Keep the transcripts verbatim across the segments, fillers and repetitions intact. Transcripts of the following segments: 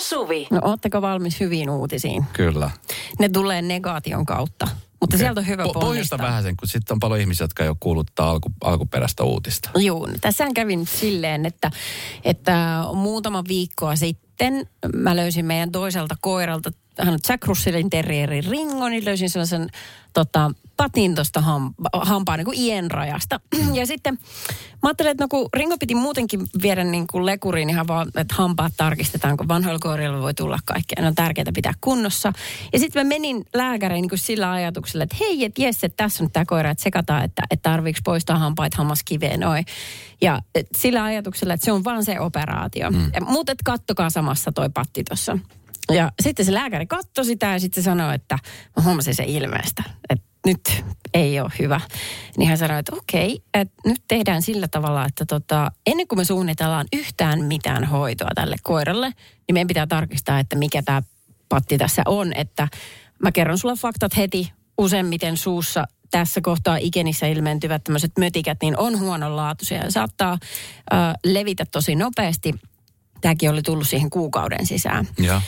Suvi. No ootteko valmis hyviin uutisiin? Kyllä. Ne tulee negaation kautta, mutta okay. Sieltä on hyvä po- ponnistaa. Pohjusta vähän sen, kun sitten on paljon ihmisiä, jotka ei ole kuuluttaa alku, alkuperäistä uutista. Joo, tässähän kävin silleen, että, että muutama viikkoa sitten mä löysin meidän toiselta koiralta, hän on Jack Russellin terrierin Ringo, niin löysin sellaisen tota, patin tuosta hampa- hampaan niin kuin ien rajasta. Ja sitten mä ajattelin, että no kun Ringo piti muutenkin viedä niin kuin lekuriin ihan vaan, että hampaat tarkistetaan, kun vanhoilla koirilla voi tulla kaikkea. Ne on tärkeää pitää kunnossa. Ja sitten mä menin lääkäriin niin kuin sillä ajatuksella, että hei, että jes, että tässä on nyt tämä koira, että sekataan, että, että tarviiko poistaa hampaita hammaskiveen noin. Ja sillä ajatuksella, että se on vaan se operaatio. Mm. Mutta että kattokaa samassa toi patti tuossa. Ja sitten se lääkäri katsoi sitä ja sitten se sanoi, että mä huomasin sen ilmeestä, että nyt ei ole hyvä. Niin hän sanoi, että okei, että nyt tehdään sillä tavalla, että tota, ennen kuin me suunnitellaan yhtään mitään hoitoa tälle koiralle, niin meidän pitää tarkistaa, että mikä tämä patti tässä on. Että mä kerron sulle faktat heti, useimmiten suussa tässä kohtaa ikenissä ilmentyvät tämmöiset mötikät, niin on huononlaatuisia ja saattaa äh, levitä tosi nopeasti. Tämäkin oli tullut siihen kuukauden sisään. Ja.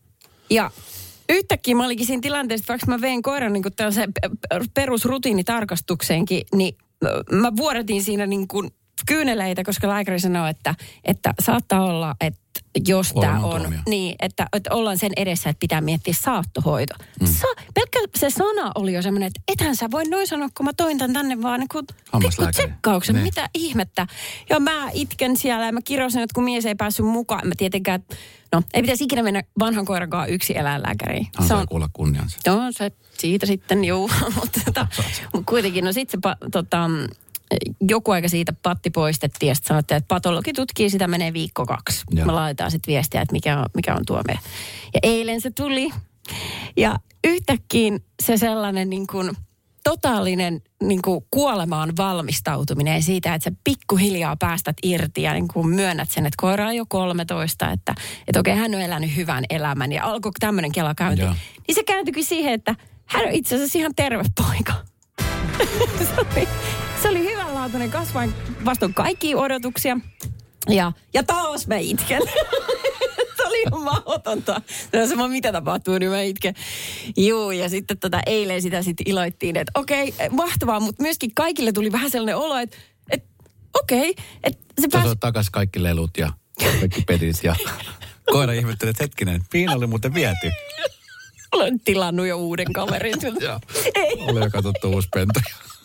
Ja yhtäkkiä mä olikin siinä tilanteessa, että vaikka mä vein koiran niin tällaiseen perusrutiinitarkastukseenkin, niin mä vuodatin siinä niin kuin kyyneleitä, koska lääkäri sanoi, että, että saattaa olla, että jos tämä on, niin, että, että ollaan sen edessä, että pitää miettiä saattohoito. Mm. Sa, pelkkä se sana oli jo semmoinen, että ethän sä voi noin sanoa, kun mä toin tän tänne vaan niin kuin pikku tsekkauksen. Niin. Mitä ihmettä. Ja mä itken siellä ja mä kirosin, että kun mies ei päässyt mukaan. Mä tietenkään, no ei pitäisi ikinä mennä vanhan koirankaan yksi eläinlääkäriin. Hän saa kuulla kunniansa. No se siitä sitten, juu. Mutta tota, kuitenkin, no sit se tota, joku aika siitä patti poistettiin ja sitten sanottiin, että patologi tutkii, sitä menee viikko kaksi. Ja. Me laitetaan sitten viestiä, että mikä on, mikä on tuo meidän. Ja eilen se tuli ja yhtäkkiä se sellainen niin kuin totaalinen niin kuin kuolemaan valmistautuminen siitä, että sä pikkuhiljaa päästät irti ja niin kuin myönnät sen, että koira on jo kolmetoista, että, että okei, hän on elänyt hyvän elämän ja alkoi tämmöinen kelakäynti. Ja. Niin se kääntyikin siihen, että hän on itse asiassa ihan terve poika. se, oli, se oli hyvänlaatuinen kasvain vastoin kaikkia odotuksia. Ja, ja taas mä itken. Se oli ihan mahdotonta. Se on mitä tapahtuu, niin mä itken. Juu, ja sitten tota, eilen sitä sitten iloittiin, että okei, mahtavaa, mutta myöskin kaikille tuli vähän sellainen olo, että, että okei. Että se pääs... pääs... takas kaikki lelut ja kaikki pedit ja koira ihmetteli, että hetkinen, Piina oli muuten viety. Olen tilannut jo uuden kaverin. Joo, oli jo katsottu uusi pentu.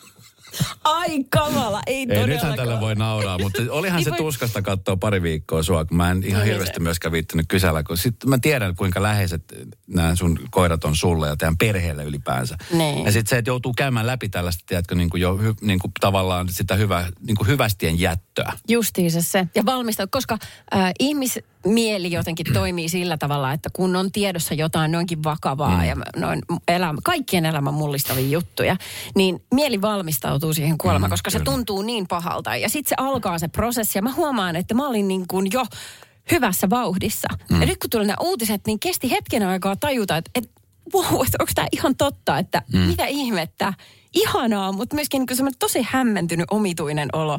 Ai kamala, ei, ei todellakaan. Ei, nythän tällä voi nauraa, mutta olihan se voi... tuskasta katsoa pari viikkoa sua, kun mä en ihan no, hirveästi myöskään viittänyt kysellä, kun sitten mä tiedän, kuinka läheiset nämä sun koirat on sulle ja teidän perheelle ylipäänsä. Niin. Ja sitten se, että joutuu käymään läpi tällaista, tiedätkö, niin kuin jo hy, niin kuin tavallaan sitä hyvä, niin kuin hyvästien jättöä. Justiinsa se. Ja valmistaa, koska äh, ihmismieli jotenkin toimii sillä tavalla, että kun on tiedossa jotain noinkin vakavaa mm. ja noin elämä, kaikkien elämän mullistavia juttuja, niin mieli valmistautuu siihen kuolemaan, mm, koska kyllä. Se tuntuu niin pahalta. Ja sitten se alkaa se prosessi ja mä huomaan, että mä olin niin kuin jo hyvässä vauhdissa. Mm. Ja nyt kun tuli nämä uutiset, niin kesti hetken aikaa tajuta, että, että wow, että onko tämä ihan totta, että mm. mitä ihmettä. Ihanaa, mutta myöskin niin semmoinen tosi hämmentynyt, omituinen olo.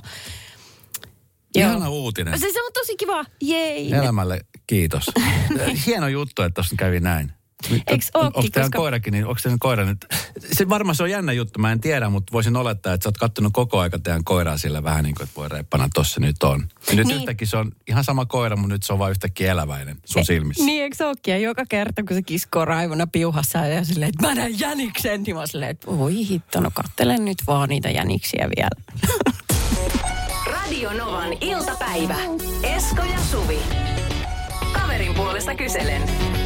Ihana uutinen. Se, se on tosi kiva. Jei. Elämälle kiitos. Hieno juttu, että tuossa kävi näin. Eikö ookin? Onko teidän koska... koirakin, niin onko teidän koira nyt... Se varmaan se on jännä juttu, mä en tiedä, mutta voisin olettaa, että sä oot kattonut koko aika teidän koiraa sillä vähän niin kuin, että voi reippana tossa nyt on. Ja nyt niin. Yhtäkkiä se on ihan sama koira, mutta nyt se on vaan yhtäkkiä eläväinen sun silmissä. Niin, eikö se ookin? Ja joka kerta, kun se kiskoo raivona piuhassa ja silleen, että mä näen jäniksen, niin mä silleen, että voi hitto, no kattelen nyt vaan niitä jäniksiä vielä. Radio Novan iltapäivä. Esko ja Suvi. Kaverin puolesta kyselen.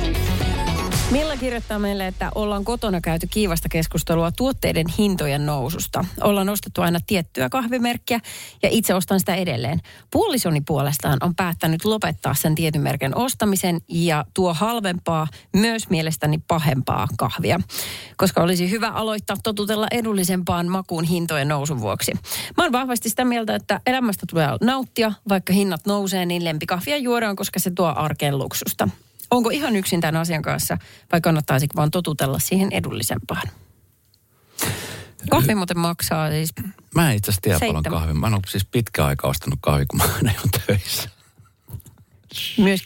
Milla kirjoittaa meille, että ollaan kotona käyty kiivasta keskustelua tuotteiden hintojen noususta. Ollaan ostettu aina tiettyä kahvimerkkiä ja itse ostan sitä edelleen. Puolisoni puolestaan on päättänyt lopettaa sen tietyn merkin ostamisen ja tuo halvempaa, myös mielestäni pahempaa kahvia. Koska olisi hyvä aloittaa totutella edullisempaan makuun hintojen nousun vuoksi. Mä oon vahvasti sitä mieltä, että elämästä tulee nauttia, vaikka hinnat nousee, niin lempikahvia juodaan, koska se tuo arkeen luksusta. Onko ihan yksin tämän asian kanssa, vai kannattaisiko vaan totutella siihen edullisempaan? Kahvi muuten maksaa siis... Mä en itse asiassa tiedä paljon kahvia. Mä en ole siis pitkä aika ostanut kahvia, kun mä aina jo töissä. Myöskin,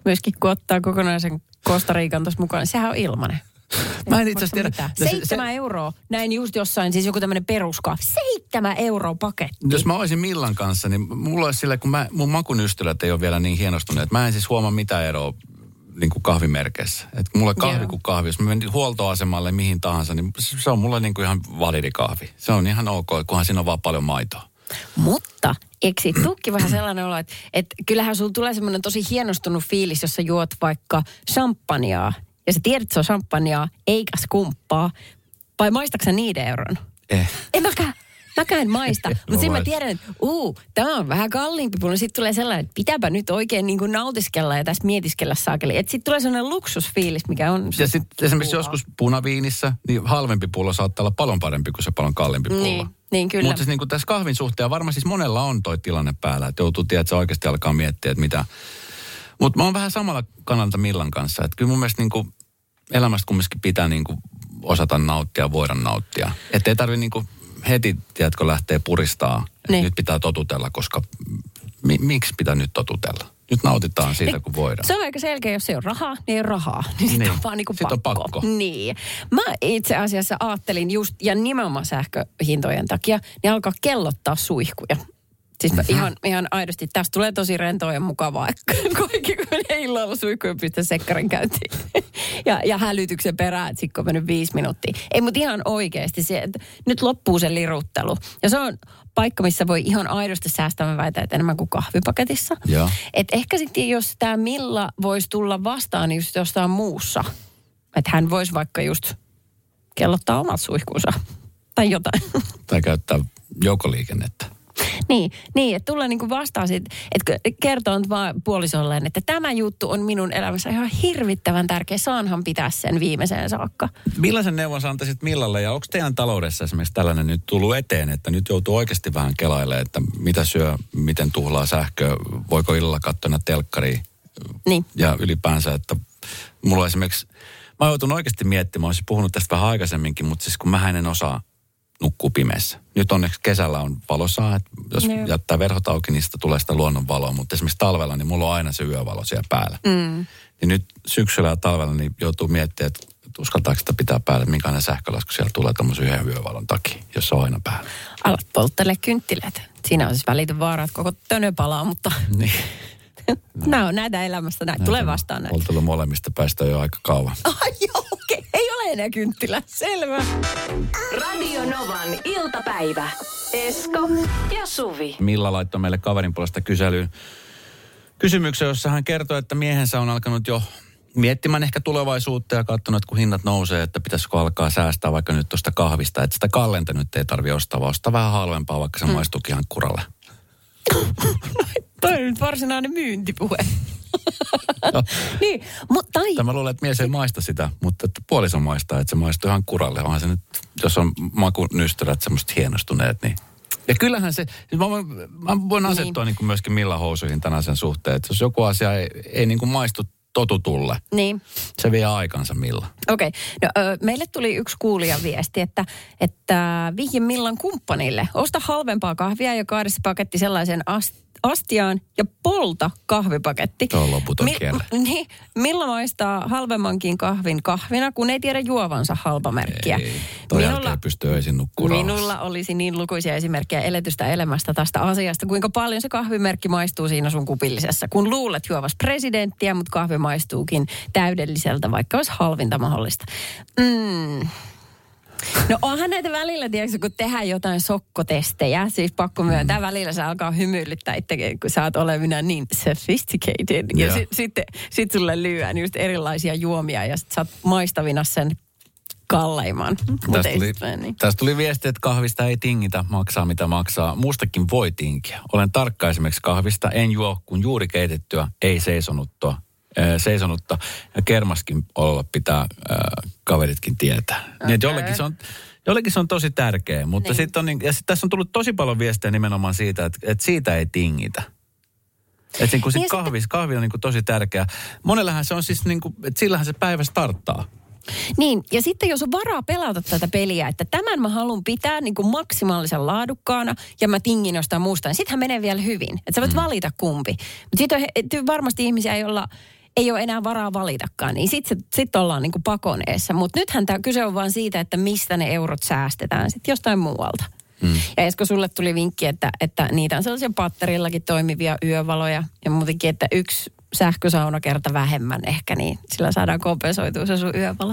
myöskin kun ottaa kokonaisen Costa Rican tuossa mukaan, sehän on ilmanen. Mä en itse asiassa tiedä. Seitsemän se, euroa. Näin just jossain, siis joku tämmöinen peruska. Seitsemän euroa paketti. Jos mä olisin Millan kanssa, niin mulla olisi sillä, kun mä, mun makunystylät ei ole vielä niin hienostuneet. Mä en siis huomaa mitään eroa niin kuin kahvimerkeissä. Että mulla kahvi kuin kahvi. Jos mä menin huoltoasemalle mihin tahansa, niin se on mulla niin kuin ihan validi kahvi. Se on ihan ok, kunhan siinä on vaan paljon maitoa. Mutta eikö siitä tukki vähän sellainen olo, että, että kyllähän sulla tulee semmoinen tosi hienostunut fiilis, jos sä juot vaikka champagnea. Ja sä tiedät, että se on champagnea, eikä skumppaa. Vai maistatko sä niiden euron? Eh. En mäkään. Mäkään en maista. Mutta sitten mä tiedän, että uu, tämä on vähän kalliimpi pullo. Sitten tulee sellainen, että pitääpä nyt oikein niin kuin nautiskella ja tässä mietiskellä saakeli. Että sitten tulee sellainen luksusfiilis, mikä on... Ja sitten esimerkiksi joskus punaviinissä, niin halvempi pullo saattaa olla paljon parempi kuin se paljon kalliimpi pullo. Niin, niin kyllä. Mutta siis niin kuin tässä kahvin suhteen, varmaan siis monella on toi tilanne päällä. Että joutuu tiedä, että se oikeasti alkaa miettiä, että mitä... Mutta mä oon vähän samalla kannalta Millan kanssa. Että kyllä mun mielestä niin kuin elämästä kumminkin pitää niin kuin osata nauttia, voida nauttia. Että ei tarvitse niin kuin heti, tiedätkö, lähtee puristaa. Niin. Nyt pitää totutella, koska mi- miksi pitää nyt totutella? Nyt nautitaan siitä, niin, kun voidaan. Se on aika selkeä, jos ei ole rahaa, niin ei ole rahaa. Niin sitten niin. on vaan niin kuin pakko. On pakko. Niin. Mä itse asiassa ajattelin just, ja nimenomaan sähköhintojen takia, niin alkaa kellottaa suihkuja. Siis mm-hmm. ihan, ihan aidosti, tästä tulee tosi rentoa ja mukavaa, että kaikki kun menee illalla suihkuun pistää sekkarin käyntiin. ja, ja hälytyksen perään, että sitten on mennyt viisi minuuttia. Ei, mutta ihan oikeasti se, että nyt loppuu se liruttelu. Ja se on paikka, missä voi ihan aidosti säästää, mä väitän, että enemmän kuin kahvipaketissa. Että ehkä sitten, jos tämä Milla voisi tulla vastaan just jostain muussa, että hän voisi vaikka just kellottaa omat suihkunsa tai jotain. Tai käyttää joukkoliikennettä. Niin, niin, että tulla niinku vastaan siitä, että kertoo vaan puolisolleen, että tämä juttu on minun elämässä ihan hirvittävän tärkeä. Saanhan pitää sen viimeiseen saakka. Millaisen neuvon sä antaisit Millalle ja onko teidän taloudessa esimerkiksi tällainen nyt tullut eteen, että nyt joutuu oikeasti vähän kelailemaan, että mitä syö, miten tuhlaa sähköä, voiko illalla katsoa telkkaria niin. Ja ylipäänsä, että mulla esimerkiksi, mä joutun oikeasti miettimään, olisin puhunut tästä vähän aikaisemminkin, mutta siis kun mä en osaa nukkuu pimeässä. Nyt onneksi kesällä on valosaa, että jos no. jättää verhot auki, niin sitä tulee sitä luonnonvaloa. Mutta esimerkiksi talvella, niin mulla on aina se yövalo siellä päällä. Mm. Niin nyt syksyllä ja talvella niin joutuu miettimään, että uskaltaako sitä pitää päällä, että minkälainen sähkölasku siellä tulee tuommoisen yhden yövalon takia, jos se on aina päällä. Alat polttele kynttilät. Siinä on siis välitön vaara, että koko tönö palaa, mutta... Niin. Nämä on näitä elämästä. Näitä tulee vastaan näitä. Poltellut molemmista päästä jo aika kauan. Ai joo, okei. Okay. Ei ole enää kynttilä. Selvä. Radio Novan iltapäivä. Esko ja Suvi. Milla laittoi meille kaverin puolesta kyselyyn kysymyksen, jossa hän kertoi, että miehensä on alkanut jo miettimään ehkä tulevaisuutta ja katsonut, että kun hinnat nousee, että pitäisikö alkaa säästää vaikka nyt tuosta kahvista. Että sitä kallenta nyt ei tarvitse ostaa, vaan ostaa vähän halvempaa, vaikka se hmm. maistuukin ihan kuralle. Toi on nyt varsinainen myyntipuhe. No. Niin, mutta... Mä luulen, että mies ei maista sitä, mutta että puoliso maistaa, että se maistuu ihan kuralle. Onhan se nyt, jos on makunystyrät semmoiset hienostuneet, niin... Ja kyllähän se, mä voin, mä voin asettua niin. Niin kuin myöskin Millan housuihin tänään sen suhteen, että jos joku asia ei, ei niin kuin maistu totutulle, niin. Se vie aikansa Milla. Okei. Okay. No, ö, meille tuli yksi kuulijan viesti, että, että vihje Millan kumppanille. Osta halvempaa kahvia ja kaada se paketti sellaisen ast- astiaan ja polta kahvipaketti. Se on loputon Mi- kielle. Niin, Milla maistaa halvemmankin kahvin kahvina, kun ei tiedä juovansa halpamerkkiä. Ei, toi jälkeen pystyy öisin nukkuu Minulla olisi niin lukuisia esimerkkejä eletystä elämästä tästä asiasta, kuinka paljon se kahvimerkki maistuu siinä sun kupillisessa. Kun luulet juovas presidenttiä, mutta kahvi maistuukin täydelliseltä, vaikka olisi halvinta mahdollista. Mm. No onhan näitä välillä, tiedätkö, kun tehdään jotain sokkotestejä, siis pakko myöntää, mm. välillä se alkaa hymyilyttää itse, kun sä oot olevina niin sophisticated. Ja, ja sitten sit, sit sulle lyödään just erilaisia juomia ja sit sä oot maistavina sen kalleimman. Tästä tuli, niin. tästä tuli viesti, että kahvista ei tingitä, maksaa mitä maksaa. Muustakin voi tinkiä. Olen tarkka esimerkiksi kahvista, en juo kun juuri keitettyä, ei seisonuttua. seisonutta ja kermaskin olla pitää äh, kaveritkin tietää. Okay. Niin, jollekin, se on, jollekin se on tosi tärkeä, mutta niin. sitten on, ja sit tässä on tullut tosi paljon viestejä nimenomaan siitä, että, että siitä ei tingitä. Että niin, sit kahvi, kahvi on niin kuin tosi tärkeä. Monellähän se on siis, niin kuin, että sillähän se päivä starttaa. Niin, ja sitten jos on varaa pelata tätä peliä, että tämän mä haluan pitää niin kuin maksimaalisen laadukkaana ja mä tingin jostain muusta, niin sittenhän menee vielä hyvin. Että sä voit mm. valita kumpi. Mutta sitten on varmasti ihmisiä, joilla ei ole enää varaa valitakaan, niin sitten sit ollaan niin kuin pakon eessä. Mutta nythän tämä kyse on vaan siitä, että mistä ne eurot säästetään sitten jostain muualta. Mm. Ja Esko, sulle tuli vinkki, että, että niitä on sellaisia patterillakin toimivia yövaloja ja muutenkin, että yksi sähkösaunakerta vähemmän ehkä, niin sillä saadaan kompensoitua se sun yövalo.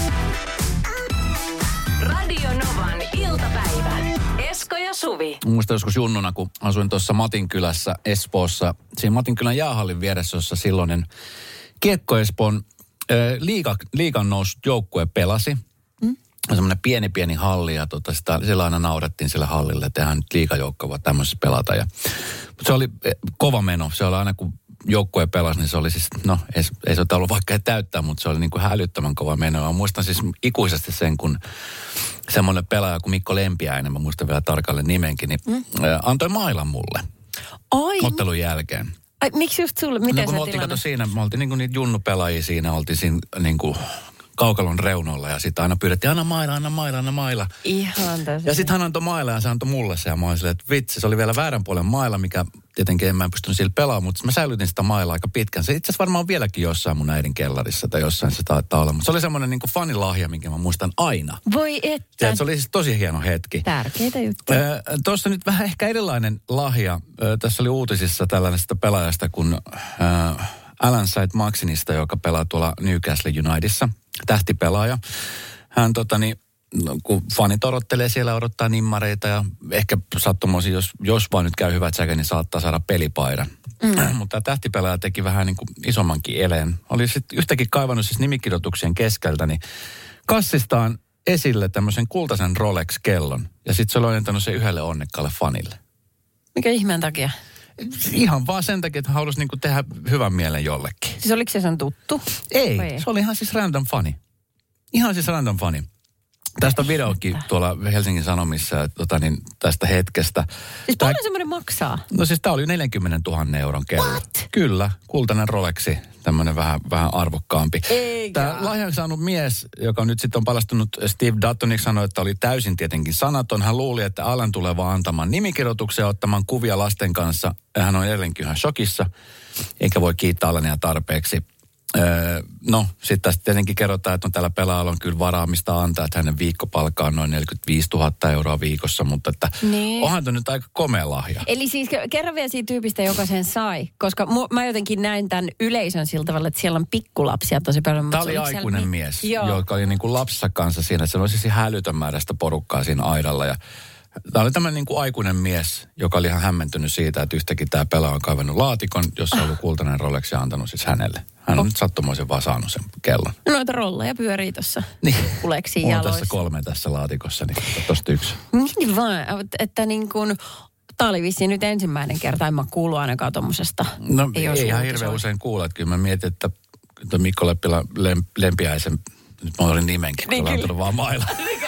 Radio Novan iltapäivä. Esko ja Suvi. Muistan joskus junnuna, kun asuin tuossa Matinkylässä Espoossa. Siinä Matinkylän jäähallin vieressä, jossa silloinen Kiekko Espoon liiga, liigan noussut joukkue pelasi. Mm. Semmoinen pieni pieni halli ja tota, sitä, sillä aina naurettiin sille hallille, että eihän nyt liigajoukko voi tämmöisessä pelata. Ja, mutta se oli kova meno. Se oli aina kun joukkue pelasi, niin se oli siis, no ei, ei se ollut vaikka ei täyttää, mutta se oli niin kuin hälyttömän kova meno. Mä muistan siis ikuisesti sen, kun semmoinen pelaaja kuin Mikko Lempiäinen, mä muistan vielä tarkalleen nimenkin, niin mm. antoi mailan mulle Ai. ottelun jälkeen. Ai, miksi just sulle? Miten no, se tilanne? Siinä, me oltiin niin kuin niitä junnupelaajia siinä, oltiin siinä niin kuin kaukalon reunoilla ja sitten aina pyydettiin, anna maila, anna maila, anna maila. Ihan tässä. Ja sitten hän antoi maila ja se antoi mulle se ja mä olin silleen, että vitsi, se oli vielä väärän puolen maila, mikä tietenkin en mä en pystynyt sillä pelaamaan, mutta mä säilytin sitä mailaa aika pitkän. Se itse asiassa varmaan vieläkin jossain mun äidin kellarissa tai jossain se taittaa olla, mutta se oli semmoinen niin kuin fanilahja, minkä mä muistan aina. Voi että. Ja se oli siis tosi hieno hetki. Tärkeitä juttuja. Äh, Tuossa nyt vähän ehkä erilainen lahja. Äh, tässä oli uutisissa tällaisesta pelaajasta kuin äh, Alan Saint-Maxinista, joka pelaa tuolla Newcastle Unitedissa. Tähtipelaaja. Hän totani, no, kun fanit odottelee siellä, odottaa nimmareita ja ehkä sattumoisin, jos, jos vaan nyt käy hyvät säkä, niin saattaa saada pelipaidan. Mm. Mutta tämä tähtipelaaja teki vähän niin kuin isommankin eleen. Oli sitten yhtäkin kaivannut siis nimikirjoituksien keskeltä, niin kassistaan esille tämmöisen kultaisen Rolex-kellon. Ja sitten se oli ojentanut sen yhdelle onnekkaalle fanille. Mikä ihmeen takia? Ihan vaan sen takia, että halusi niinku tehdä hyvän mielen jollekin. Siis oliko se sen tuttu? Ei, ei, se oli ihan siis random fani. Ihan siis random fani. Tästä on videokin tuolla Helsingin Sanomissa tota niin, tästä hetkestä. Siis paljon Tää, semmoinen maksaa? No siis tää oli neljänkymmenentuhannen euron kello. What? Kyllä, kultainen Rolexi, tämmöinen vähän, vähän arvokkaampi. Eikä. Tämä lahjan saanut mies, joka nyt sitten on paljastunut, Steve Duttoniksi sanoi, että oli täysin tietenkin sanaton. Hän luuli, että Alan tulee vaan antamaan nimikirjoituksia ja ottamaan kuvia lasten kanssa. Hän on edelleenkin ihan shokissa, eikä voi kiittää Alania tarpeeksi. Öö, no, sitten tästä tietenkin kerrotaan, että on tällä pelaajalla on kyllä varaa, mistä antaa, että hänen viikkopalkka on noin neljäkymmentäviisituhatta euroa viikossa, mutta että niin. Onhan tämä nyt aika komea lahja. Eli siis kerran vielä siitä tyypistä, joka sen sai, koska mu- mä jotenkin näin tämän yleisön sillä tavalla, että siellä on pikkulapsia tosi paljon. Tämä oli aikuinen siellä... mies, Joo. joka oli niin kuin lapsensa kanssa siinä, että se oli siis hälytön määrästä porukkaa siinä aidalla ja tämä oli tämmöinen niin kuin aikuinen mies, joka oli ihan hämmentynyt siitä, että yhtäkkiä tämä pelaaja on kaivannut laatikon, jossa on ollut kultainen Rolex ja antanut siis hänelle. Hän on oh. nyt sattumoisen vaan saanut sen kellon. Noita rolleja pyörii tuossa niin. kuleksiin jaloissa. On tässä kolme tässä laatikossa, niin tosta yksi. Niin vaan, että niin kuin, tämä oli vissiin nyt ensimmäinen kerta, en mä kuulu ainakaan tommosesta. No ei, ei ihan hirveän usein kuulla, että kyllä mä mietin, että Mikko Leppilä Lempiäisen, nyt mä olin nimenkin, kun niin on vaan mailla.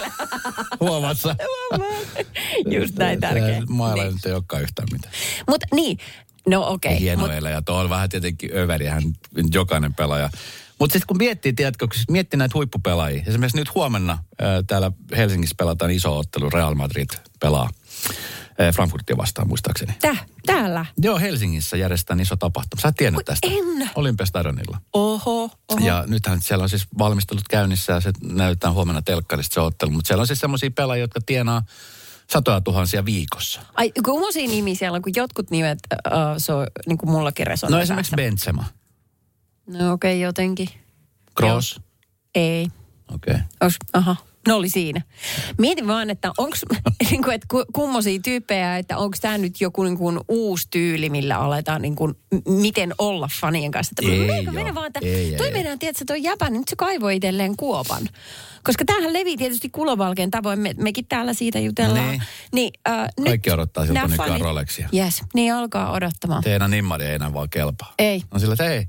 Huomassa. Just näin tärkeä. Mailla niin. nyt ei olekaan yhtään mitään. Mutta niin, no okei. Okay. Hieno elä, ja tuo on vähän tietenkin överihän jokainen pelaaja. Mutta sitten kun miettii, tiedätkö, kun miettii näitä huippupelaajia, esimerkiksi nyt huomenna ää, täällä Helsingissä pelataan iso ottelu, Real Madrid pelaa ää, Frankfurtia vastaan muistaakseni. Täh, täällä? Joo, Helsingissä järjestetään iso tapahtuma. Sä et tiennyt tästä. En. Olympiastadionilla. Oho, oho. Ja nythän siellä on siis valmistelut käynnissä ja se näytetään huomenna telkkarista se ottelu. Mutta siellä on siis semmoisia pelaajia, jotka tienaa satoja tuhansia viikossa. Ai, kummosia nimiä siellä on, kun jotkut nimet, uh, se on niin kuin mullakin resonoi. No esimerkiksi Benzema. No okei, okay, jotenkin. Kroos? Joo. Ei. Okei. Okay. Aha, no oli siinä. Mietin vaan, että onko, niin kuin, että kummosia tyyppejä, että onko tämä nyt joku niin kuin uusi tyyli, millä aletaan niin kuin, miten olla fanien kanssa. Että ei mene vaan, että ei, toi ei, meidän, tiedätkö, toi jäpä, nyt se kaivoi itselleen kuopan. Koska tämähän levii tietysti kulovalkeen tavoin, me, mekin täällä siitä jutellaan. Niin. niin äh, Kaikki nyt odottaa siltä nykyään Rolexia. Yes, niin alkaa odottamaan. Teidän nimmari ei enää vaan kelpaa. Ei. On sillä, että ei.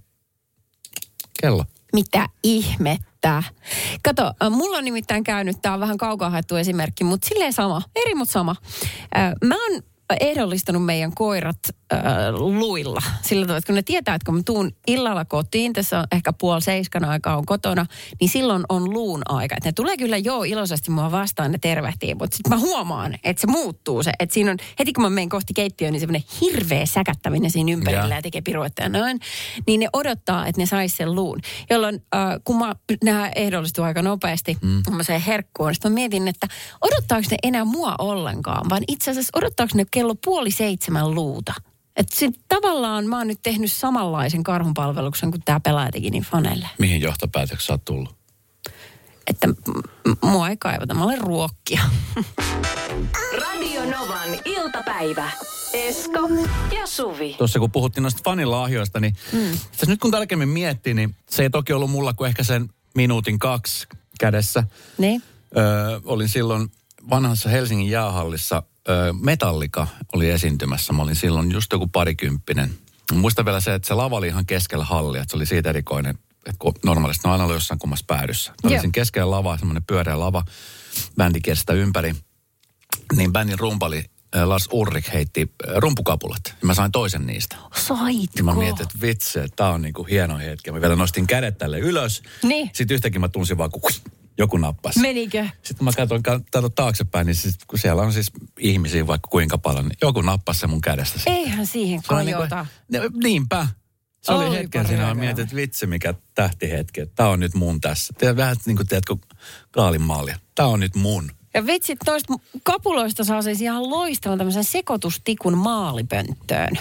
Kello. Mitä ihmettä. Kato, mulla on nimittäin käynyt, tää on vähän kaukaa haettu esimerkki, mutta silleen sama, eri mutta sama. Mä oon ehdollistanut meidän koirat äh, luilla. Sillä tavalla, että kun ne tietää, että kun mä tuun illalla kotiin, tässä on ehkä puoli seiskan aikaa on kotona, niin silloin on luun aika. Että ne tulee kyllä joo iloisesti mua vastaan, ne tervehtii, mutta sitten mä huomaan, että se muuttuu se. Että siinä on, heti kun mä menen kohti keittiöön, niin semmoinen hirveä säkättäminen siinä ympärillä ja, ja tekee piruetteja noin. Niin ne odottaa, että ne sais sen luun. Jolloin äh, kun mä nämä ehdollistuu aika nopeasti, mm. kun mä se herkkuun, sitten mä mietin, että odottaako ne enää mua ollenkaan, vaan itse asiassa odottaako ne kello puoli seitsemän luuta. Että sitten tavallaan mä oon nyt tehnyt samanlaisen karhunpalveluksen kuin tää pelaaja teki niin faneille. Mihin johtopäätöksessä sä oot tullut? Että m- mua ei kaivata, mä olen ruokkia. Radio Novan iltapäivä. Esko ja Suvi. Tuossa kun puhuttiin noista fanilahjoista, niin mm. nyt kun tarkemmin miettii, niin se ei toki ollut mulla kuin ehkä sen minuutin kaksi kädessä. Niin. Öö, olin silloin vanhassa Helsingin jäähallissa. Öö, Metallica oli esiintymässä. Mä olin silloin just joku parikymppinen. Muistan vielä se, että se lava oli ihan keskellä hallia. Että se oli siitä erikoinen, että kun normaalisti ne on aina ollut jossain kummassa päädyssä. Mä olisin keskellä lavaa, semmoinen pyöreä lava. Bändi kiersi ympäri. Niin bändin rumpali Lars Ulrich heitti rumpukapulat. Ja mä sain toisen niistä. Saitko? Ja mä mietin, että vitsi, että tää on niinku hieno hetki. Mä vielä nostin kädet tälle ylös. Niin. Sitten yhtäkkiä mä tunsin vaan, kun joku nappasi. Menikö? Sitten mä katsoin, katsoin taaksepäin, niin sit, kun siellä on siis ihmisiä vaikka kuinka paljon, niin joku nappasi sen mun kädestä. Eihän siihen kajota. Niin kuin, niinpä. Se oli, oli hetken siinä, mä mietin, että vitsi mikä tähtihetki. Tää on nyt mun tässä. Tää vähän niin kuin teetkö kaalinmaalia. Tää on nyt mun. Ja vitsit, toista kapuloista saa siis ihan loistavan tämmöisen sekoitustikun maalipönttöön.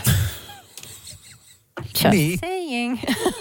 Just niin. saying.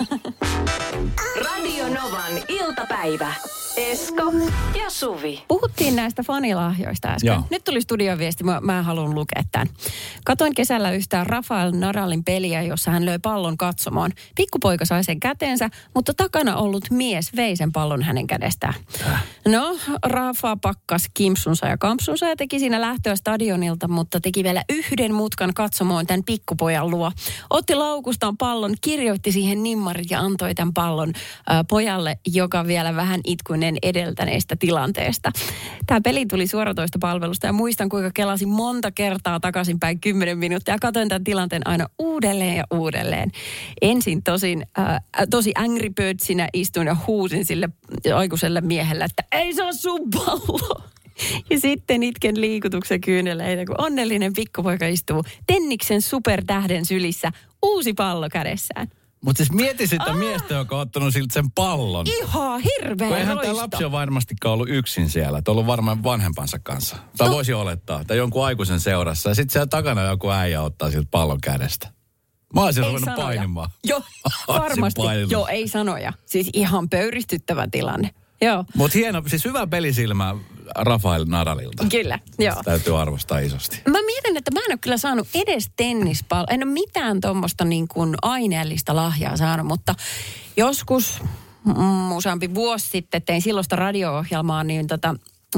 Radio Novan iltapäivä. Esko ja Suvi. Puhuttiin näistä fanilahjoista äsken. Joo. Nyt tuli studioviesti, mä, mä haluan lukea tämän. Katoin kesällä yhtään Rafael Nadalin peliä, jossa hän löi pallon katsomaan. Pikkupoika sai sen käteensä, mutta takana ollut mies vei sen pallon hänen kädestään. Äh. No, Rafa pakkas kimpsunsa ja kampsunsa ja teki siinä lähtöä stadionilta, mutta teki vielä yhden mutkan katsomoon tämän pikkupojan luo. Otti laukustaan pallon, kirjoitti siihen nimmarit ja antoi tämän pallon äh, pojalle, joka vielä vähän itkuinen edeltäneestä tilanteesta. Tämä peli tuli suoratoista palvelusta ja muistan, kuinka kelasin monta kertaa takaisinpäin kymmenen minuuttia ja katsoin tämän tilanteen aina uudelleen ja uudelleen. Ensin tosin, äh, tosi Angry Birdsinä istuin ja huusin sille aikuiselle miehelle, että ei se ole sun pallo. Ja sitten itken liikutuksen kyyneleitä, kun onnellinen pikkupoika istuu Tenniksen supertähden sylissä uusi pallo kädessään. Mutta siis mieti sitä miestä, joka on ottanut siltä sen pallon. Ihan hirveä eihän roisto. tämä lapsi on varmastikaan ollut yksin siellä. Että ollut varmaan vanhempansa kanssa. Tai no. voisi olettaa. Tai jonkun aikuisen seurassa. Ja sitten siellä takana joku äijä ottaa siltä pallon kädestä. Mä olisin ruvennut painimaan. Joo, varmasti. Joo, ei sanoja. Siis ihan pöyristyttävä tilanne. Joo. Mutta hieno, siis hyvä pelisilmä Rafael Nadalilta. Kyllä, joo. Sitä täytyy arvostaa isosti. Mä mietin, että mä en ole kyllä saanut edes tennispalloa. En ole mitään tuommoista niin kuin aineellista lahjaa saanut, mutta joskus mm, useampi vuosi sitten tein silloista radio-ohjelmaa, niin tota,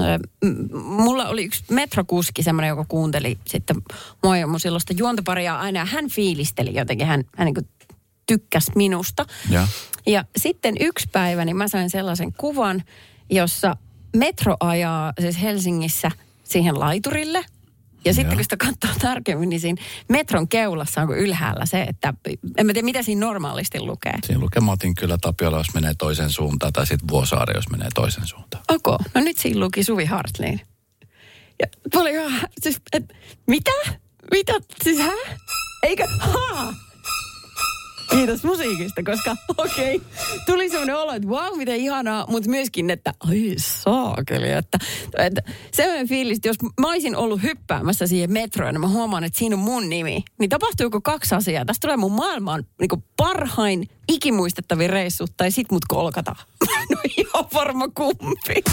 mulla oli yksi metrokuski, semmoinen, joka kuunteli sitten mua ja mun silloista juontoparia aina, ja hän fiilisteli jotenkin, hän, hän niin kuin tykkäsi minusta. Ja. ja sitten yksi päivä, niin mä sain sellaisen kuvan, jossa metro ajaa siis Helsingissä siihen laiturille. Ja sitten kun sitä katsoo tarkemmin, niin siinä metron keulassa on ylhäällä se, että en mä tiedä, mitä siinä normaalisti lukee. Siinä lukee Matin kylä Tapiola, jos menee toisen suuntaan, tai sitten Vuosaari, jos menee toisen suuntaan. Okei, no nyt siinä luki Suvi Hartliin. Ja tuli ihan, siis, et, mitä? Mitä? Siis hä? Eikö? Haa! Kiitos musiikista, koska okei, okay, tuli semmoinen olo, että vau, wow, miten ihanaa, mutta myöskin, että ai saakeli, että, että semmoinen fiilis, että jos mä olisin ollut hyppäämässä siihen metroon ja mä huomaan, että siinä on mun nimi, niin tapahtuuko kaksi asiaa. Tästä tulee mun maailmaan niin parhain ikimuistettavin reissu, tai sit mut kolkataan. No ihan varma kumpi.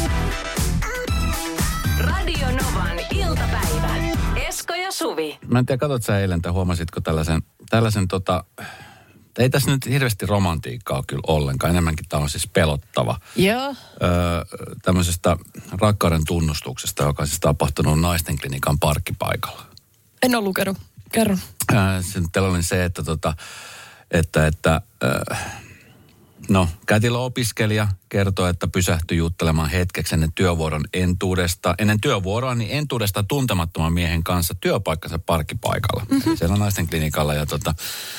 Radio Novan iltapäivä. Esko ja Suvi. Mä en tiedä, katsot sä eilen tai huomasitko tällaisen, tällaisen tota... Ei tässä nyt hirveästi romantiikkaa kyllä ollenkaan. Enemmänkin tämä on siis pelottava. Joo. Öö, tämmöisestä rakkauden tunnustuksesta, joka on siis tapahtunut naisten klinikan parkkipaikalla. En ole lukenut. Kerro. Öö, se on se, että, tota, että, että öö, No, kätilöopiskelija kertoi, että pysähtyi juttelemaan hetkeksi ennen työvuoron entuudesta, ennen työvuoroa, niin entuudesta tuntemattoman miehen kanssa työpaikkansa parkkipaikalla. Mm-hmm. Siellä naisten klinikalla ja tota,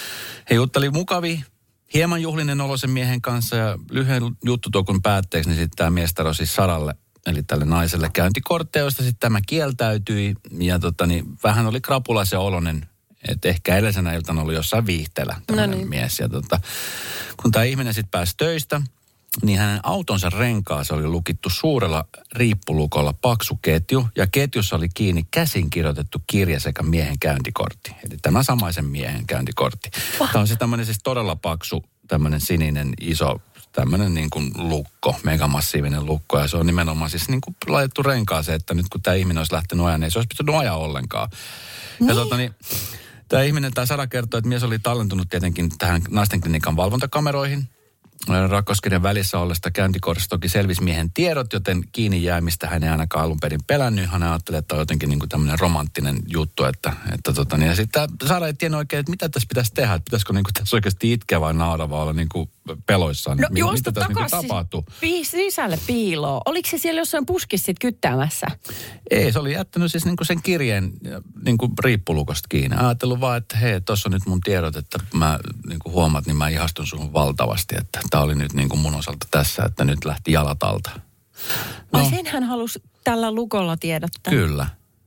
he jutteli mukavi, hieman juhlinen olo sen miehen kanssa ja lyhyen juttutokun päätteeksi, niin sitten tämä mies tarjosi Saralle, eli tälle naiselle käyntikortteja, josta sitten tämä kieltäytyi ja tota, niin, vähän oli krapulaisen oloinen. Että ehkä edellisenä iltana oli jossain viihteellä tämmöinen no niin. mies. Ja tota, kun tämä ihminen sitten pääsi töistä, niin hänen autonsa renkaansa oli lukittu suurella riippulukolla paksu ketju. Ja ketjussa oli kiinni käsin kirjoitettu kirja sekä miehen käyntikortti. Eli tämä samaisen miehen käyntikortti. Wow. Tämä on siis tämmöinen siis todella paksu, tämmöinen sininen iso, tämmöinen niin kuin lukko, megamassiivinen lukko. Ja se on nimenomaan siis niin kuin laitettu renkaaseen, että nyt kun tämä ihminen olisi lähtenyt ajan, niin ei se olisi pystynyt ajaa ollenkaan. Niin. Ja tota niin... Tämä ihminen, tämä Sara kertoo, että mies oli tallentunut tietenkin tähän naistenklinikan valvontakameroihin. Rakkoskirjan välissä ollesta käyntikortista toki selvisi miehen tiedot, joten kiinni jäämistä hän ei ainakaan alun perin pelännyt. Hän ajatteli, että on jotenkin niin kuin tämmöinen romanttinen juttu. Että, että tota niin. Ja sitten Sara ei tiennyt oikein, että mitä tässä pitäisi tehdä. Että pitäisikö niin kuin tässä oikeasti itkeä vai naura vai olla niin kuin peloissaan. No mitä juosta tässä takaisin niin tapahtuu. Sisälle piiloon. Oliko se siellä jossain puskissa sit kyttäämässä? Ei, se oli jättänyt siis niin kuin sen kirjeen niin kuin riippulukosta kiinni. Ajatellut vaan, että hei, tuossa on nyt mun tiedot, että mä niin kuin huomaat, niin mä ihastun suhun valtavasti. Että tämä oli nyt niin kuin mun osalta tässä, että nyt lähti jalat alta. No. Ai sen hän halusi tällä lukolla tiedottaa? Kyllä.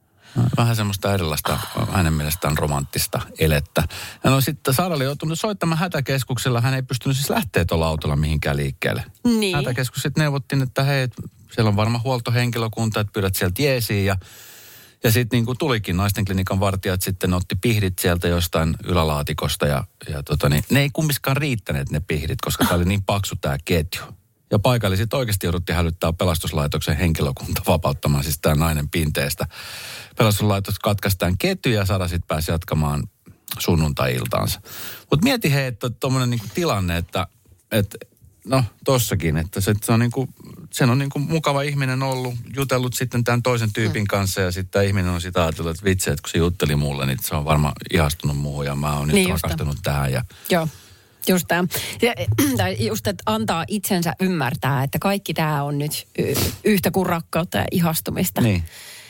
Vähän semmoista erilaista, hänen mielestään romanttista elettä. Ja no sitten Sara oli joutunut soittamaan hätäkeskuksella. Hän ei pystynyt siis lähteä tuolla autolla mihinkään liikkeelle. Niin. Hätäkeskus sitten neuvottiin, että hei, siellä on varmaan huoltohenkilökunta, että pyydät sieltä jeesiin. Ja, ja sitten niin kuin tulikin naisten klinikan vartijat sitten otti pihdit sieltä jostain ylälaatikosta. Ja, ja tota niin, ne ei kummiskaan riittäneet ne pihdit, koska tämä oli niin paksu tämä ketju. Ja paikalle sitten oikeasti jouduttiin hälyttää pelastuslaitoksen henkilökunta vapauttamaan siis tämä nainen pinteestä. Pelastuslaitos katkaistaan ketju ja Sara sitten pääsi jatkamaan sunnuntai-iltaansa. Mutta mieti hei, että tuommoinen niinku tilanne, että, että no tossakin, että se, se on niinku, sen on niinku mukava ihminen ollut, jutellut sitten tämän toisen tyypin kanssa ja sitten tämä ihminen on sitä ajatellut, että vitsi, että kun se jutteli mulle, niin se on varmaan ihastunut muuhun ja mä oon nyt niin rakastunut tähän. Ja joo. Just tämä. Tai just, että antaa itsensä ymmärtää, että kaikki tämä on nyt y- yhtä kuin rakkautta ja ihastumista. Niin.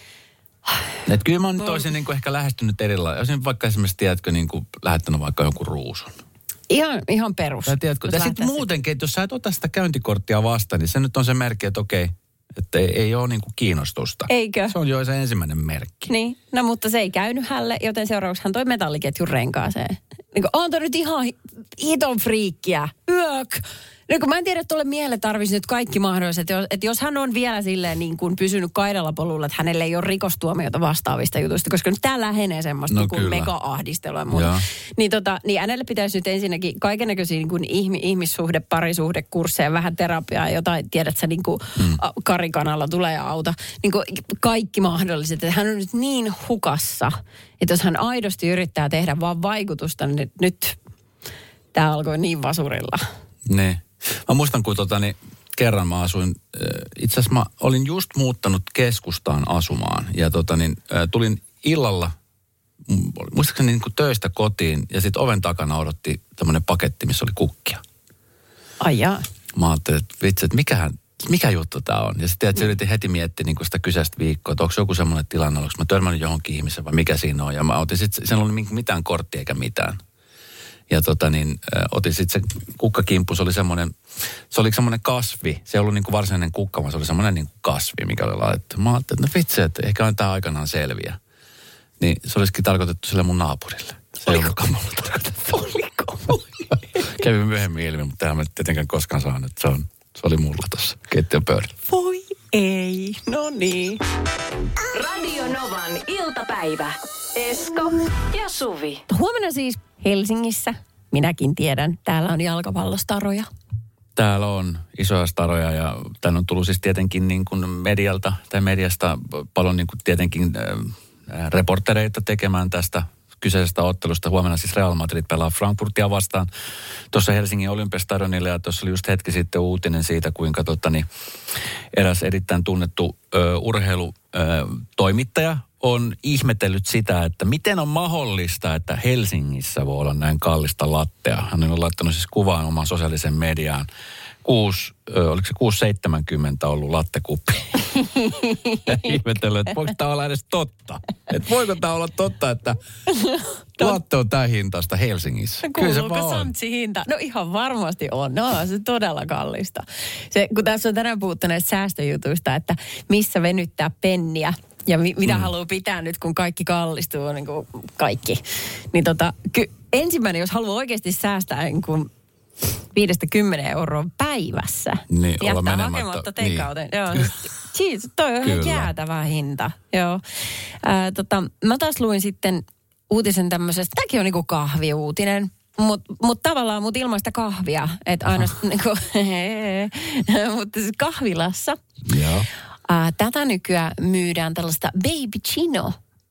Että kyllä mä oon nyt olisin niin kuin ehkä lähestynyt erilainen. Olisin vaikka esimerkiksi, tiedätkö, niin kuin lähettänyt vaikka jonkun ruusun. Ihan, ihan perus. Ja tiedätkö, ja sitten muutenkin, että jos sä et ota sitä käyntikorttia vastaan, niin se nyt on se merkki, että okei, että ei, ei ole niin kuin kiinnostusta. Eikö? Se on jo se ensimmäinen merkki. Niin, no mutta se ei käynyt hälle, joten seuraavaksi hän toi metalliketjun renkaaseen. Niin kuin, on toi nyt ihan hiton friikkiä. Yök! No kun mä en tiedä, että tuolle miehelle tarvitsisi nyt kaikki mahdolliset. Että jos, että jos hän on vielä silleen niin kuin pysynyt kaidalla polulla, että hänelle ei ole rikostuomiota vastaavista jutuista, koska nyt tää lähenee semmoista no, kuin mega-ahdistelua ja muuta. Niin, tota, niin hänelle pitäisi nyt ensinnäkin kaikennäköisiä niin kuin ihmi, ihmissuhde, parisuhdekursseja, vähän terapiaa, jotain, tiedät sä, niin kuin mm. Karikanalla tulee ja auta. Niin kuin kaikki mahdolliset. Että hän on nyt niin hukassa, että jos hän aidosti yrittää tehdä vaan vaikutusta, niin nyt tää alkoi niin vasurilla. Ne. Mä muistan, kun tota, niin, kerran mä asuin, itse asiassa mä olin just muuttanut keskustaan asumaan. Ja tota, niin, tulin illalla, muistaakseni niin kuin töistä kotiin, ja sitten oven takana odotti tämmöinen paketti, missä oli kukkia. Ai jaa. Mä ajattelin, että vitsi, että mikähän, mikä juttu tää on? Ja sitten mm. yritin heti miettiä niin kuin sitä kyseistä viikkoa, että onko joku semmoinen tilanne, onko mä törmännyt johonkin ihmiseen vai mikä siinä on. Ja mä otin sitten, sen oli mitään korttia eikä mitään. Ja tota niin, äh, otin sitten se kukkakimppu, se oli semmoinen, se oli semmoinen kasvi. Se ei ollut niin kuin varsinainen kukka, vaan se oli semmoinen niin kuin kasvi, mikä oli laitettu. Mä ajattelin, että no vitsi, että ehkä on tämä aikanaan selviä. Niin se olisikin tarkoitettu sille mun naapurille. Se ei ollutkaan mulle tarkoitettu. Oliko? Kävi myöhemmin ilmi, mutta tähän mä tietenkään koskaan saanut, että se, on, se oli mulla tuossa keittiön pöydällä. Voi ei, no niin. Radio Novan iltapäivä. Esko ja Suvi. Huomenna siis Helsingissä, minäkin tiedän, täällä on jalkapallostaroja. Täällä on isoja staroja ja tänne on tullut siis tietenkin niin kuin medialta tai mediasta paljon niin kuin tietenkin äh, reportereita tekemään tästä kyseisestä ottelusta. Huomenna siis Real Madrid pelaa Frankfurtia vastaan tuossa Helsingin Olympiastadionilla. Ja tuossa oli just hetki sitten uutinen siitä, kuinka tota, niin, eräs erittäin tunnettu ö, urheilutoimittaja on ihmetellyt sitä, että miten on mahdollista, että Helsingissä voi olla näin kallista lattea. Hän on laittanut siis kuvaan oman sosiaalisen mediaan. Kuusi, ö, oliko se kuusi seitsemänkymmentä ollut lattekuppi? Ihmetellyt, että voiko tämä olla edes totta? Että voiko tämä olla totta, että latte on tämä hintaista Helsingissä? Kuuluuko Santsi hinta? No ihan varmasti on. No se todella kallista. Se, kun tässä on tänään puhuttu näistä säästöjutuista, että missä venyttää penniä. Ja mi- mitä mm. haluaa pitää nyt, kun kaikki kallistuu, niin kuin kaikki. Niin tota, ky- ensimmäinen, jos haluaa oikeasti säästää niin kuin viidestä kymmeneen euroa päivässä. Niin, olla jättää menemättä. hakematta take-outin. Niin. Joo, siis toi on ihan jäätävä hinta. Joo. Ää, tota, mä taas luin sitten uutisen tämmöisestä, tämäkin on niinku kahviuutinen. Mutta mut tavallaan mut ilman sitä kahvia. Että aina niinku, mutta siis kahvilassa. Joo. Ää, tätä nykyään myydään tällaista Baby Chino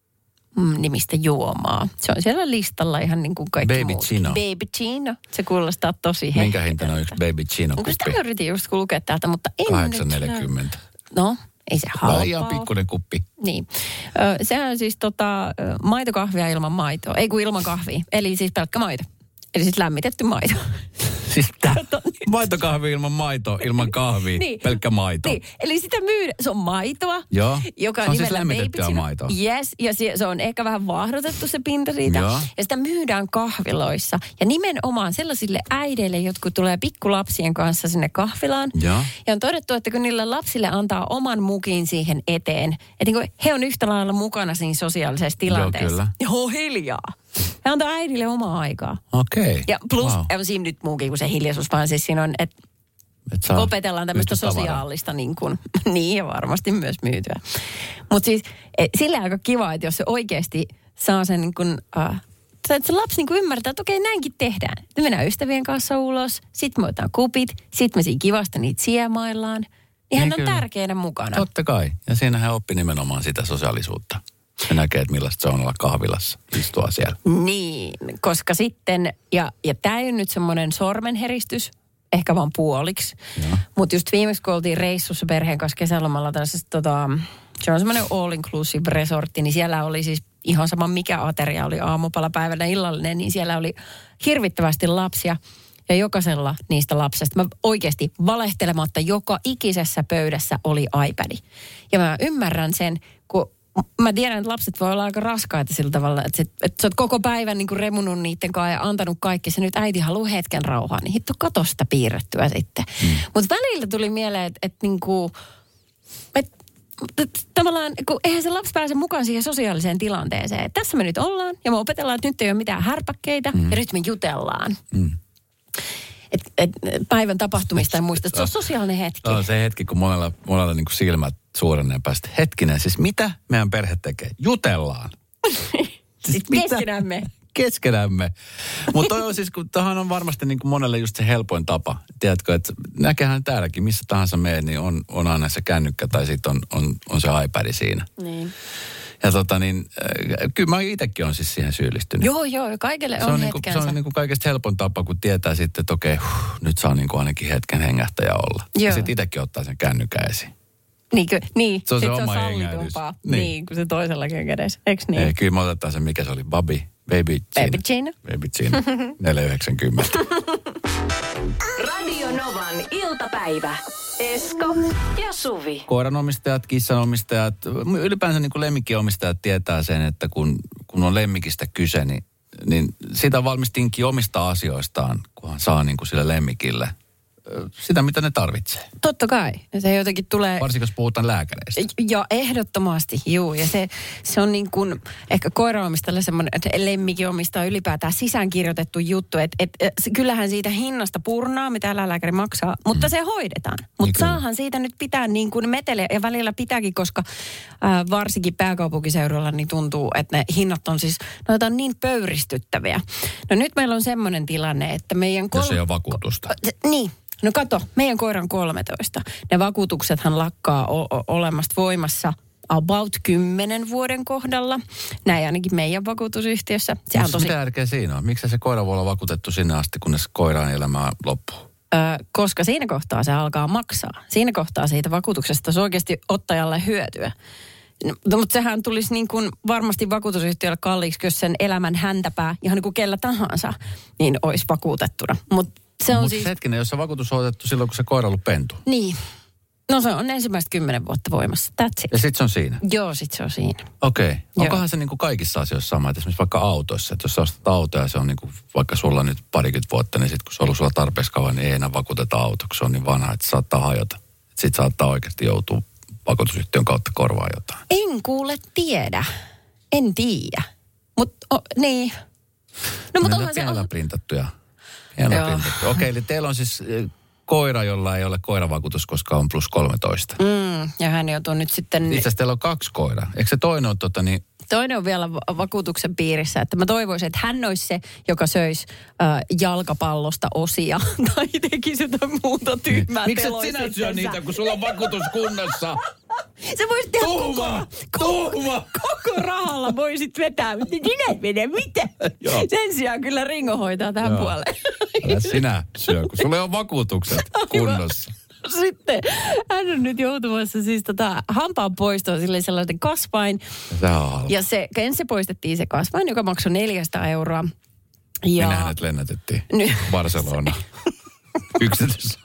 nimistä juomaa. Se on siellä listalla ihan niin kuin kaikki Baby muut. Chino. Baby Chino. Se kuulostaa tosi hehkeältä. Minkä hintana on yksi Baby Chino kuppi? Sitä yritin just lukea täältä, mutta en kahdeksan neljäkymmentä. No, ei se halpaa. Vai ihan pikkuinen kuppi. Niin. Ö, sehän on siis tota, maitokahvia ilman maitoa. Ei kun ilman kahvia. Eli siis pelkkä maito. Eli siis lämmitetty maito. Siis tää, maitokahvi ilman maito, ilman kahvia, niin. Pelkkä maito. Niin. Eli sitä myydä, se on maitoa. Joo. Joka on, on siis nimellä lämmitettyä maitoa. Yes, ja se, se on ehkä vähän vaahdotettu se pinta siitä. Joo. Ja sitä myydään kahviloissa. Ja nimenomaan sellaisille äideille, jotka tulee pikkulapsien kanssa sinne kahvilaan. Joo. Ja on todettu, että kun niille lapsille antaa oman mukin siihen eteen, että niin he on yhtä lailla mukana siinä sosiaalisessa tilanteessa. Joo, kyllä. Joo, hiljaa. He antaa äidille omaa aikaa. Okei. Okay. Ja plus, wow. on siinä nyt muukin kuin se hiljaisuus, vaan siis siinä on, että et opetellaan tämmöistä sosiaalista niin kuin, niin ja varmasti myös myytyä. Mutta siis et, sillä aika kiva, että jos se oikeasti saa sen niin kuin, uh, että se lapsi niin kuin ymmärtää, että okei, näinkin tehdään. Me mennään ystävien kanssa ulos, sitten me otetaan kupit, sitten me siinä kivasta niitä siemaillaan. Niin hän on kyllä tärkeänä mukana. Totta kai. Ja siinähän oppi nimenomaan sitä sosiaalisuutta. Se näkee, että millaista se on olla kahvilassa, istua siellä. Niin, koska sitten, ja, ja tämä ei ole nyt semmoinen sormenheristys, ehkä vaan puoliksi. Mutta just viimeksi, kun oltiin reissussa perheen kanssa kesälomalla tällaisessa, tota, se on semmoinen all-inclusive resortti, niin siellä oli siis ihan sama mikä ateria oli aamupala, päivällä, illallinen, niin siellä oli hirvittävästi lapsia. Ja jokaisella niistä lapsista, mä oikeasti valehtelematta, joka ikisessä pöydässä oli iPad. Ja mä ymmärrän sen, kun mä tiedän, että lapset voi olla aika raskaita sillä tavalla, että, se, että sä oot koko päivän niin kuin remunut niiden kanssa ja antanut kaikki. Se nyt äiti haluaa hetken rauhaa, niin hitto kato sitä piirrettyä sitten. Mm. Mutta välillä tuli mieleen, että, että, niin kuin, että, että tavallaan, kun eihän se lapsi pääse mukaan siihen sosiaaliseen tilanteeseen. Että tässä me nyt ollaan ja me opetellaan, että nyt ei ole mitään härpäkkeitä mm. ja nyt me jutellaan. Mm. Et, et, päivän tapahtumista ja muista. Se on sosiaalinen hetki. Se on se hetki, kun monella, monella niin kuin silmät suurenee päästä. Hetkinen, siis mitä meidän perhe tekee? Jutellaan. Siis keskenämme. Keskenämme. Mutta on siis, kun tämähän on varmasti niin kuin monelle just se helpoin tapa. Tiedätkö, että näkehän täälläkin, missä tahansa meet, niin on, on aina se kännykkä tai sitten on, on, on se iPad siinä. Niin. Ja tota niin, äh, kyllä mä itsekin olen siis siihen syyllistynyt. Joo, joo, kaikille on, se on hetkensä. Niinku, se on niinku kaikista helpoin tapa, kun tietää sitten, että okei, huh, nyt saa niinku ainakin hetken hengähtäjä olla. Joo. Ja sitten itsekin ottaa sen kännykän esiin. Niinkö, niin, se on se, se oma on sallitumpaa. Niin. niin, kun se toisellakin kädessä. Eikö niin? Ei, kyllä me otetaan sen, mikä se oli, Baby, Baby Chino. Baby Chino. Baby Chino, neljä yhdeksänkymmentä. Radio Novan iltapäivä. Esko ja Suvi. Koiranomistajat, kissanomistajat, ylipäänsä niin kuin lemmikkiomistajat tietää sen, että kun, kun on lemmikistä kyse, niin, niin sitä valmistinkin omista asioistaan, kunhan saa niin kuin sille lemmikille sitä, mitä ne tarvitsee. Totta kai. Se jotenkin tulee... Varsinkin, jos puhutaan lääkäreistä. Ja ehdottomasti, juu. Ja se, se on niin kuin ehkä koiranomistajalle semmoinen, että lemmikin omistaa ylipäätään sisäänkirjoitettu juttu. Että et, et, kyllähän siitä hinnasta purnaa, mitä eläinlääkäri maksaa, mutta mm. se hoidetaan. Mutta niin saahan siitä nyt pitää niin kuin meteliä, ja välillä pitääkin, koska ää, varsinkin pääkaupunkiseudulla niin tuntuu, että ne hinnat on siis, noita on niin pöyristyttäviä. No nyt meillä on semmoinen tilanne, että meidän... Kol- jos ei ole vakuutusta. Ko- niin. No kato, meidän koiran kolmetoista. Ne vakuutuksethan lakkaa o- o- olemasta voimassa about kymmenen vuoden kohdalla. Näin ainakin meidän vakuutusyhtiössä. Sehän tosi... Mitä järkeä siinä on? Miksi se koira voi olla vakuutettu sinne asti, kunnes koiran elämä loppuu? Öö, koska siinä kohtaa se alkaa maksaa. Siinä kohtaa siitä vakuutuksesta se oikeasti ottajalle hyötyä. No, mutta sehän tulisi niin kuin varmasti vakuutusyhtiölle kalliiksi, jos sen elämän häntäpää, ihan niin kuin kellä tahansa, niin olisi vakuutettuna. Mutta se on Mut siis... hetkinen, jos se vakuutus on otettu silloin, kun se koira on ollut pentu. Niin. No se on ensimmäistä kymmenen vuotta voimassa. That's it. Ja sitten se on siinä? Joo, sitten se on siinä. Okei. Okay. Onkohan se niin kuin kaikissa asioissa sama, että esimerkiksi vaikka autoissa, että jos sä ostat auto ja se on niin kuin, vaikka sulla nyt parikymmentä vuotta, niin sitten kun se on ollut sulla tarpeeksi kauan, niin ei enää vakuuteta auto, kun se on niin vanha, että se saattaa hajota. Sitten saattaa oikeasti joutua vakuutusyhtiön kautta korvaa jotain. En kuule tiedä. En tiedä. Mutta niin. No mutta onhan se... Pienellä printattuja. Pienellä printattuja. Okei, eli teillä on siis koira, jolla ei ole koiravakuutus, koska on plus kolmetoista. Mm, ja hän joutuu nyt sitten... Itse asiassa teillä on kaksi koiraa. Eikö se toinen ole tota niin... Toinen on vielä vakuutuksen piirissä, että mä toivoisin, että hän olisi se, joka söisi äh, jalkapallosta osia tai tekisi jotain muuta tyhmää. Miksi et sinä syö niitä, kun sulla on vakuutus kunnossa? Se voisi tehdä tuhma, koko, tuhma. Koko, koko rahalla voisit vetää, mutta sinä ei mene mitä. Sen sijaan kyllä Ringo hoitaa tähän Joo. puoleen. Älä sinä syö, kun sulla on vakuutukset kunnossa. Sitten hän on nyt joutumassa siis tota hampaan poistoon silleen sellainen kasvain. Se on halpa. Ja se, ensin poistettiin se kasvain, joka maksoi neljäsataa euroa. Ja... Minä hänet lennätettiin Barcelona. Yksityis.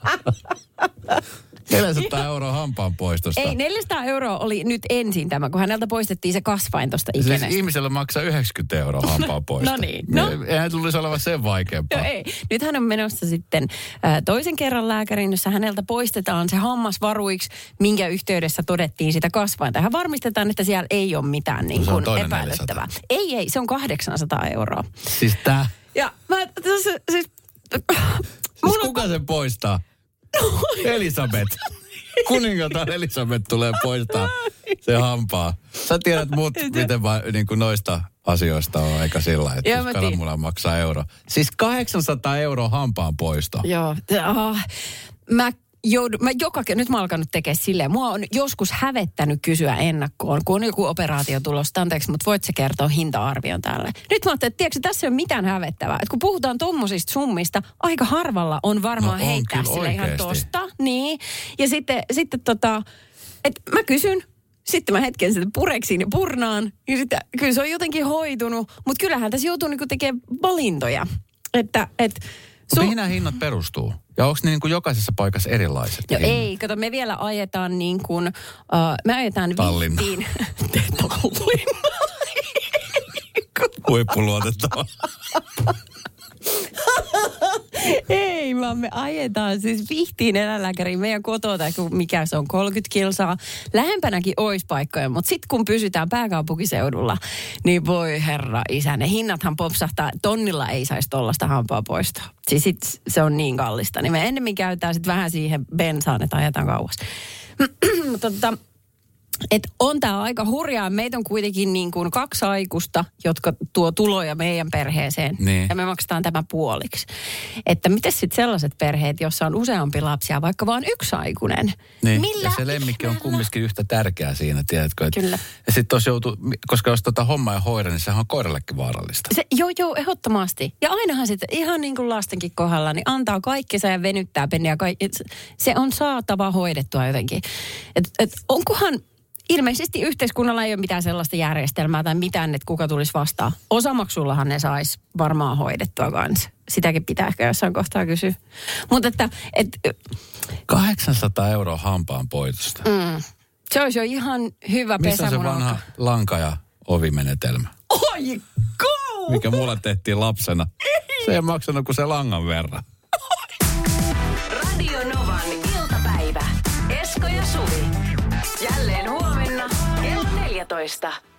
neljäsataa euroa hampaan poistosta. Ei, neljäsataa euroa oli nyt ensin tämä, kun häneltä poistettiin se kasvain tuosta ikenestä. Siis ihmisellä maksaa yhdeksänkymmentä euroa hampaan poisto. No niin. No. Eihän tulisi olevan sen vaikeampaa. No ei. Nyt hän on menossa sitten äh, toisen kerran lääkäriin, jossa häneltä poistetaan se hammas varuiksi, minkä yhteydessä todettiin sitä kasvainta. Hän varmistetaan, että siellä ei ole mitään niin kuin epäilyttävää. Ei, ei, se on kahdeksansataa euroa. Siis tää? Ja mä tässä siis... Siis kuka sen poistaa? No. Elisabeth. Kuningatar Elisabeth tulee poistaa se hampaa. Sä tiedät muut, miten va, niin kuin noista asioista on aika sillä, että jos kananmuna maksaa euro. Siis kahdeksansataa euroa hampaan poisto. Joo. Oh, mä joudun, mä joka, nyt mä oon alkanut tekemään silleen. Mua on joskus hävettänyt kysyä ennakkoon, kun on joku operaatio tulossa. Anteeksi, mutta voit sä kertoa hinta-arvion tälle? Nyt mä ajattelin, että tiedätkö, tässä ei ole mitään hävettävää. Että kun puhutaan tommosista summista, aika harvalla on varmaan no, on heittää sille oikeasti. ihan tosta. Niin. Ja sitten, sitten tota, että mä kysyn. Sitten mä hetken sitten pureksiin ja purnaan. Ja sitten kyllä se on jotenkin hoitunut. Mutta kyllähän tässä joutuu niinku tekemään valintoja. Että... Et, Su- mihin nämä hinnat perustuu? Ja onko ne niin kuin jokaisessa paikassa erilaiset? No ei, kato, me vielä ajetaan niin kuin, uh, me ajetaan Tallinna. Vihtiin. Tallinna. Huippuluotettava. Ei, vaan me ajetaan siis Vihtiin eläinlääkäriin meidän kotota, mikä se on kolmekymmentä kilsaa. Lähempänäkin olisi paikkoja, mutta sitten kun pysytään pääkaupunkiseudulla, niin voi herra isä, ne hinnathan popsahtaa. Tonnilla ei saisi tollaista hampaa poistaa. Siis sit se on niin kallista. Niin me ennemmin käytetään sitten vähän siihen bensaan, että ajetaan kauas. Mutta tota... Että on tämä aika hurjaa. Meitä on kuitenkin niin kuin kaksi aikuista, jotka tuo tuloja meidän perheeseen. Niin. Ja me maksetaan tämä puoliksi. Että miten sitten sellaiset perheet, jossa on useampi lapsia, vaikka vaan yksi aikuinen? Niin. Millä ja se lemmikki on kumminkin yhtä tärkeää siinä, tiedätkö? Et, Kyllä. Ja sitten jos joutuu, koska jos tota hommaa ja hoida, niin sehän on koirallekin vaarallista. Se, joo, joo, ehdottomasti. Ja ainahan sitten ihan niin kuin lastenkin kohdalla, niin antaa kaikkensa ja venyttää penniä. Se on saatava hoidettua jotenkin. Että et, onkohan... Ilmeisesti yhteiskunnalla ei ole mitään sellaista järjestelmää tai mitään, että kuka tulisi vastaan. Osamaksullahan ne saisi varmaan hoidettua kanssa. Sitäkin pitää ehkä jossain kohtaa kysyä. Mutta että... Et, kahdeksansataa euroa hampaan poitosta. Mm, se olisi jo ihan hyvä pesämunokka. Missä on se vanha lanka- ja ovimenetelmä? Oi, go! Mikä mulle tehtiin lapsena. Se ei maksanut kuin se langan verran. Radio Novan iltapäivä. Esko ja Suvi. Jälleen huomenna kello neljätoista.